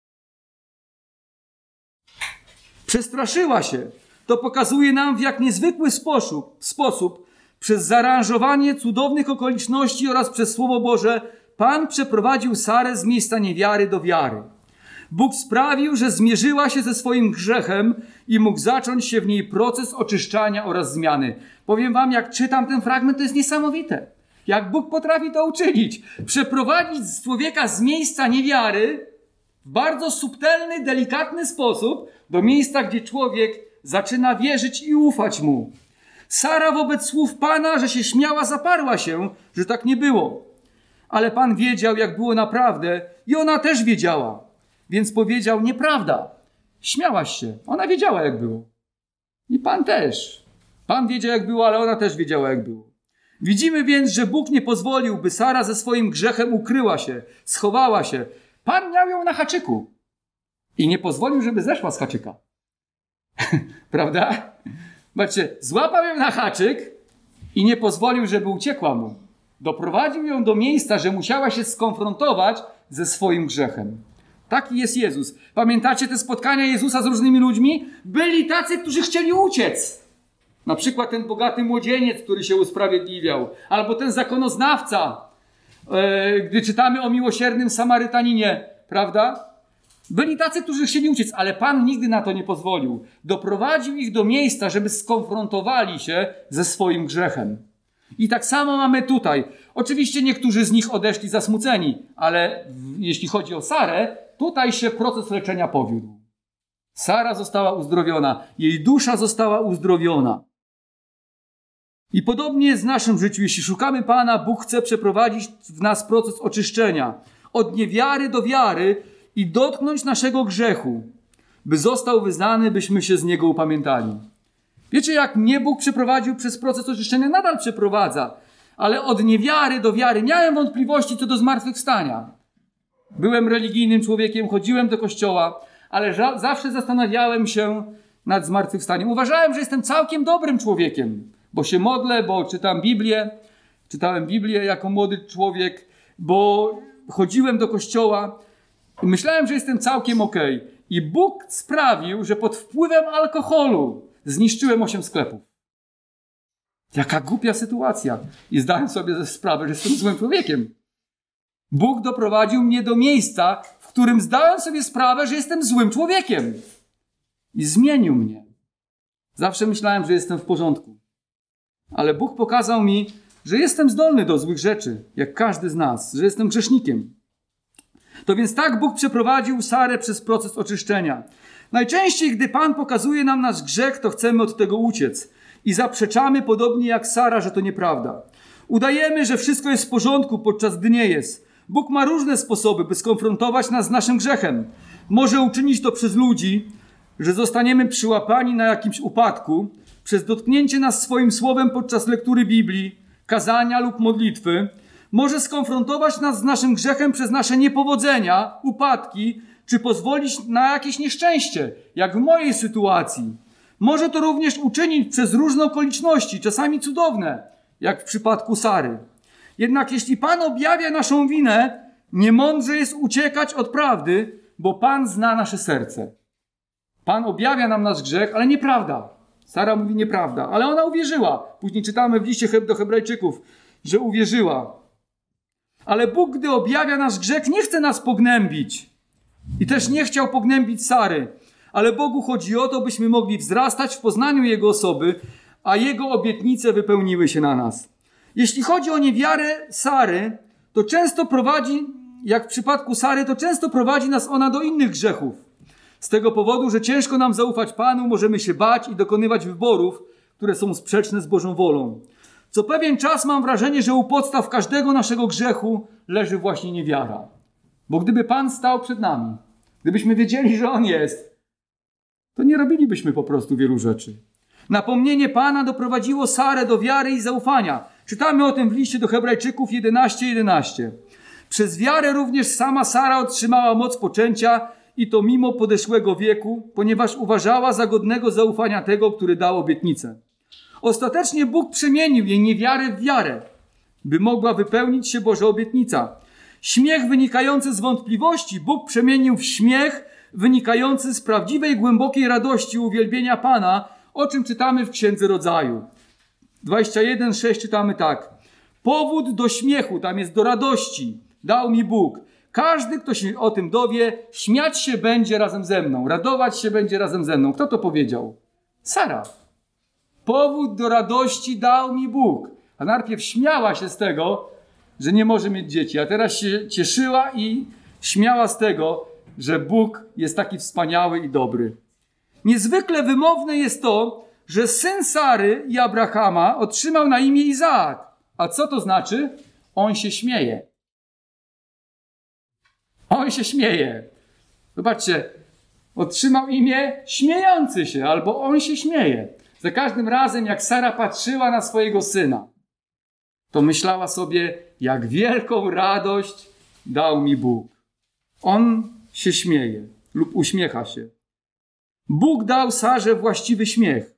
Przestraszyła się. To pokazuje nam, w jak niezwykły sposób, sposób przez zaaranżowanie cudownych okoliczności oraz przez Słowo Boże Pan przeprowadził Sarę z miejsca niewiary do wiary. Bóg sprawił, że zmierzyła się ze swoim grzechem i mógł zacząć się w niej proces oczyszczania oraz zmiany. Powiem wam, jak czytam ten fragment, to jest niesamowite. Jak Bóg potrafi to uczynić. Przeprowadzić człowieka z miejsca niewiary w bardzo subtelny, delikatny sposób do miejsca, gdzie człowiek zaczyna wierzyć i ufać Mu. Sara wobec słów Pana, że się śmiała, zaparła się, że tak nie było. Ale Pan wiedział, jak było naprawdę i ona też wiedziała. Więc powiedział, nieprawda. Śmiałaś się. Ona wiedziała, jak było. I Pan też. Pan wiedział, jak było, ale ona też wiedziała, jak było. Widzimy więc, że Bóg nie pozwolił, by Sara ze swoim grzechem ukryła się, schowała się. Pan miał ją na haczyku. I nie pozwolił, żeby zeszła z haczyka. Prawda? Zobaczcie, złapał ją na haczyk i nie pozwolił, żeby uciekła mu. Doprowadził ją do miejsca, że musiała się skonfrontować ze swoim grzechem. Taki jest Jezus. Pamiętacie te spotkania Jezusa z różnymi ludźmi? Byli tacy, którzy chcieli uciec. Na przykład ten bogaty młodzieniec, który się usprawiedliwiał. Albo ten zakonoznawca, e, gdy czytamy o miłosiernym Samarytaninie. Prawda? Byli tacy, którzy chcieli uciec, ale Pan nigdy na to nie pozwolił. Doprowadził ich do miejsca, żeby skonfrontowali się ze swoim grzechem. I tak samo mamy tutaj. Oczywiście niektórzy z nich odeszli zasmuceni, ale jeśli chodzi o Sarę, tutaj się proces leczenia powiódł. Sara została uzdrowiona, jej dusza została uzdrowiona. I podobnie jest w naszym życiu. Jeśli szukamy Pana, Bóg chce przeprowadzić w nas proces oczyszczenia. Od niewiary do wiary i dotknąć naszego grzechu, by został wyznany, byśmy się z niego upamiętali. Wiecie, jak mnie Bóg przeprowadził przez proces oczyszczenia? Nadal przeprowadza. Ale od niewiary do wiary miałem wątpliwości co do zmartwychwstania. Byłem religijnym człowiekiem, chodziłem do kościoła, ale ża- zawsze zastanawiałem się nad zmartwychwstaniem. Uważałem, że jestem całkiem dobrym człowiekiem, bo się modlę, bo czytam Biblię. Czytałem Biblię jako młody człowiek, bo chodziłem do kościoła i myślałem, że jestem całkiem okej. I Bóg sprawił, że pod wpływem alkoholu zniszczyłem osiem sklepów. Jaka głupia sytuacja. I zdałem sobie sprawę, że jestem złym człowiekiem. Bóg doprowadził mnie do miejsca, w którym zdałem sobie sprawę, że jestem złym człowiekiem. I zmienił mnie. Zawsze myślałem, że jestem w porządku. Ale Bóg pokazał mi, że jestem zdolny do złych rzeczy, jak każdy z nas, że jestem grzesznikiem. To więc tak Bóg przeprowadził Sarę przez proces oczyszczenia. Najczęściej, gdy Pan pokazuje nam nasz grzech, to chcemy od tego uciec. I zaprzeczamy podobnie jak Sara, że to nieprawda. Udajemy, że wszystko jest w porządku, podczas gdy nie jest. Bóg ma różne sposoby, by skonfrontować nas z naszym grzechem. Może uczynić to przez ludzi, że zostaniemy przyłapani na jakimś upadku, przez dotknięcie nas swoim słowem podczas lektury Biblii, kazania lub modlitwy. Może skonfrontować nas z naszym grzechem przez nasze niepowodzenia, upadki, czy pozwolić na jakieś nieszczęście, jak w mojej sytuacji. Może to również uczynić przez różne okoliczności, czasami cudowne, jak w przypadku Sary. Jednak jeśli Pan objawia naszą winę, niemądrze jest uciekać od prawdy, bo Pan zna nasze serce. Pan objawia nam nasz grzech, ale nieprawda. Sara mówi nieprawda, ale ona uwierzyła. Później czytamy w liście do Hebrajczyków, że uwierzyła. Ale Bóg, gdy objawia nasz grzech, nie chce nas pognębić. I też nie chciał pognębić Sary, ale Bogu chodzi o to, byśmy mogli wzrastać w poznaniu Jego osoby, a Jego obietnice wypełniły się na nas. Jeśli chodzi o niewiarę Sary, to często prowadzi, jak w przypadku Sary, to często prowadzi nas ona do innych grzechów. Z tego powodu, że ciężko nam zaufać Panu, możemy się bać i dokonywać wyborów, które są sprzeczne z Bożą wolą. Co pewien czas mam wrażenie, że u podstaw każdego naszego grzechu leży właśnie niewiara. Bo gdyby Pan stał przed nami, gdybyśmy wiedzieli, że On jest, to nie robilibyśmy po prostu wielu rzeczy. Napomnienie Pana doprowadziło Sarę do wiary i zaufania. Czytamy o tym w liście do Hebrajczyków jedenaście jedenaście. Przez wiarę również sama Sara otrzymała moc poczęcia i to mimo podeszłego wieku, ponieważ uważała za godnego zaufania tego, który dał obietnicę. Ostatecznie Bóg przemienił jej niewiarę w wiarę, by mogła wypełnić się Boża obietnica. Śmiech wynikający z wątpliwości Bóg przemienił w śmiech wynikający z prawdziwej, głębokiej radości uwielbienia Pana, o czym czytamy w Księdze Rodzaju. dwadzieścia jeden sześć czytamy tak. Powód do śmiechu, tam jest do radości, dał mi Bóg. Każdy, kto się o tym dowie, śmiać się będzie razem ze mną, radować się będzie razem ze mną. Kto to powiedział? Sara. Powód do radości dał mi Bóg. A najpierw śmiała się z tego, że nie może mieć dzieci, a teraz się cieszyła i śmiała z tego, że Bóg jest taki wspaniały i dobry. Niezwykle wymowne jest to, że syn Sary i Abrahama otrzymał na imię Izaak. A co to znaczy? On się śmieje. On się śmieje. Zobaczcie, otrzymał imię śmiejący się, albo on się śmieje. Za każdym razem, jak Sara patrzyła na swojego syna, to myślała sobie, jak wielką radość dał mi Bóg. On się śmieje lub uśmiecha się. Bóg dał Sarze właściwy śmiech.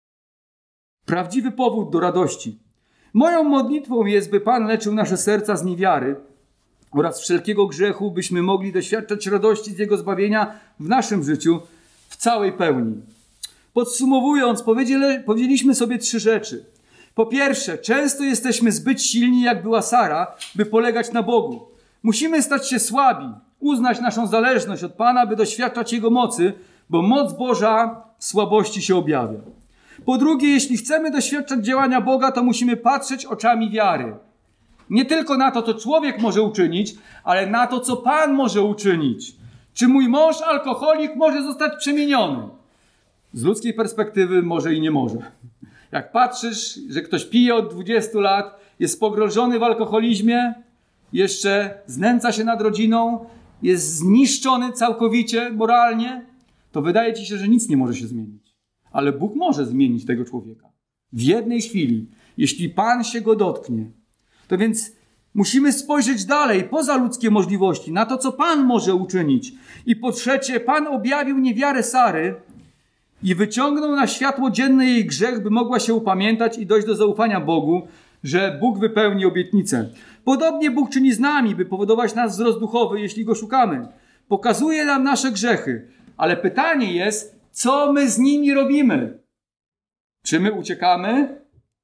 Prawdziwy powód do radości. Moją modlitwą jest, by Pan leczył nasze serca z niewiary oraz wszelkiego grzechu, byśmy mogli doświadczać radości z Jego zbawienia w naszym życiu w całej pełni. Podsumowując, powiedzieliśmy sobie trzy rzeczy. Po pierwsze, często jesteśmy zbyt silni, jak była Sara, by polegać na Bogu. Musimy stać się słabi, uznać naszą zależność od Pana, by doświadczać Jego mocy, bo moc Boża w słabości się objawia. Po drugie, jeśli chcemy doświadczać działania Boga, to musimy patrzeć oczami wiary. Nie tylko na to, co człowiek może uczynić, ale na to, co Pan może uczynić. Czy mój mąż, alkoholik, może zostać przemieniony? Z ludzkiej perspektywy może i nie może. Jak patrzysz, że ktoś pije od dwudziestu lat, jest pogrążony w alkoholizmie, jeszcze znęca się nad rodziną, jest zniszczony całkowicie moralnie, to wydaje ci się, że nic nie może się zmienić. Ale Bóg może zmienić tego człowieka. W jednej chwili, jeśli Pan się go dotknie. To więc musimy spojrzeć dalej, poza ludzkie możliwości, na to, co Pan może uczynić. I po trzecie, Pan objawił niewiarę Sary i wyciągnął na światło dzienne jej grzech, by mogła się upamiętać i dojść do zaufania Bogu, że Bóg wypełni obietnicę. Podobnie Bóg czyni z nami, by powodować nas wzrost duchowy, jeśli Go szukamy. Pokazuje nam nasze grzechy, ale pytanie jest, co my z nimi robimy? Czy my uciekamy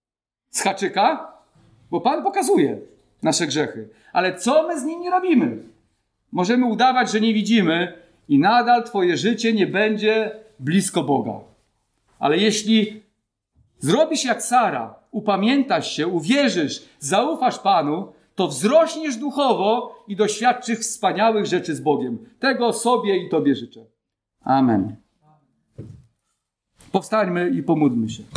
z haczyka? Bo Pan pokazuje nasze grzechy. Ale co my z nimi robimy? Możemy udawać, że nie widzimy i nadal twoje życie nie będzie blisko Boga. Ale jeśli zrobisz jak Sara, upamiętasz się, uwierzysz, zaufasz Panu, to wzrośniesz duchowo i doświadczysz wspaniałych rzeczy z Bogiem. Tego sobie i Tobie życzę. Amen. Powstańmy i pomódlmy się.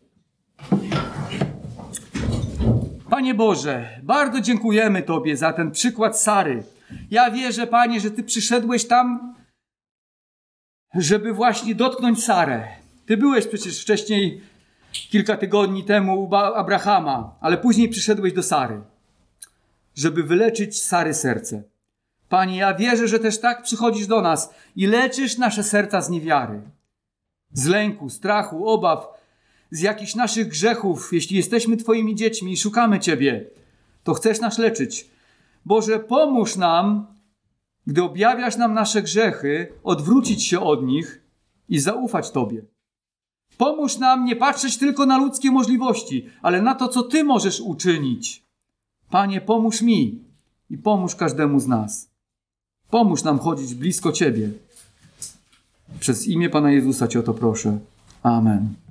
Panie Boże, bardzo dziękujemy Tobie za ten przykład Sary. Ja wierzę, Panie, że Ty przyszedłeś tam, żeby właśnie dotknąć Sarę. Ty byłeś przecież wcześniej, kilka tygodni temu u Abrahama, ale później przyszedłeś do Sary, żeby wyleczyć Sary serce. Panie, ja wierzę, że też tak przychodzisz do nas i leczysz nasze serca z niewiary, z lęku, strachu, obaw, z jakichś naszych grzechów. Jeśli jesteśmy Twoimi dziećmi i szukamy Ciebie, to chcesz nas leczyć. Boże, pomóż nam, gdy objawiasz nam nasze grzechy, odwrócić się od nich i zaufać Tobie. Pomóż nam nie patrzeć tylko na ludzkie możliwości, ale na to, co Ty możesz uczynić. Panie, pomóż mi i pomóż każdemu z nas. Pomóż nam chodzić blisko Ciebie. Przez imię Pana Jezusa Cię o to proszę. Amen.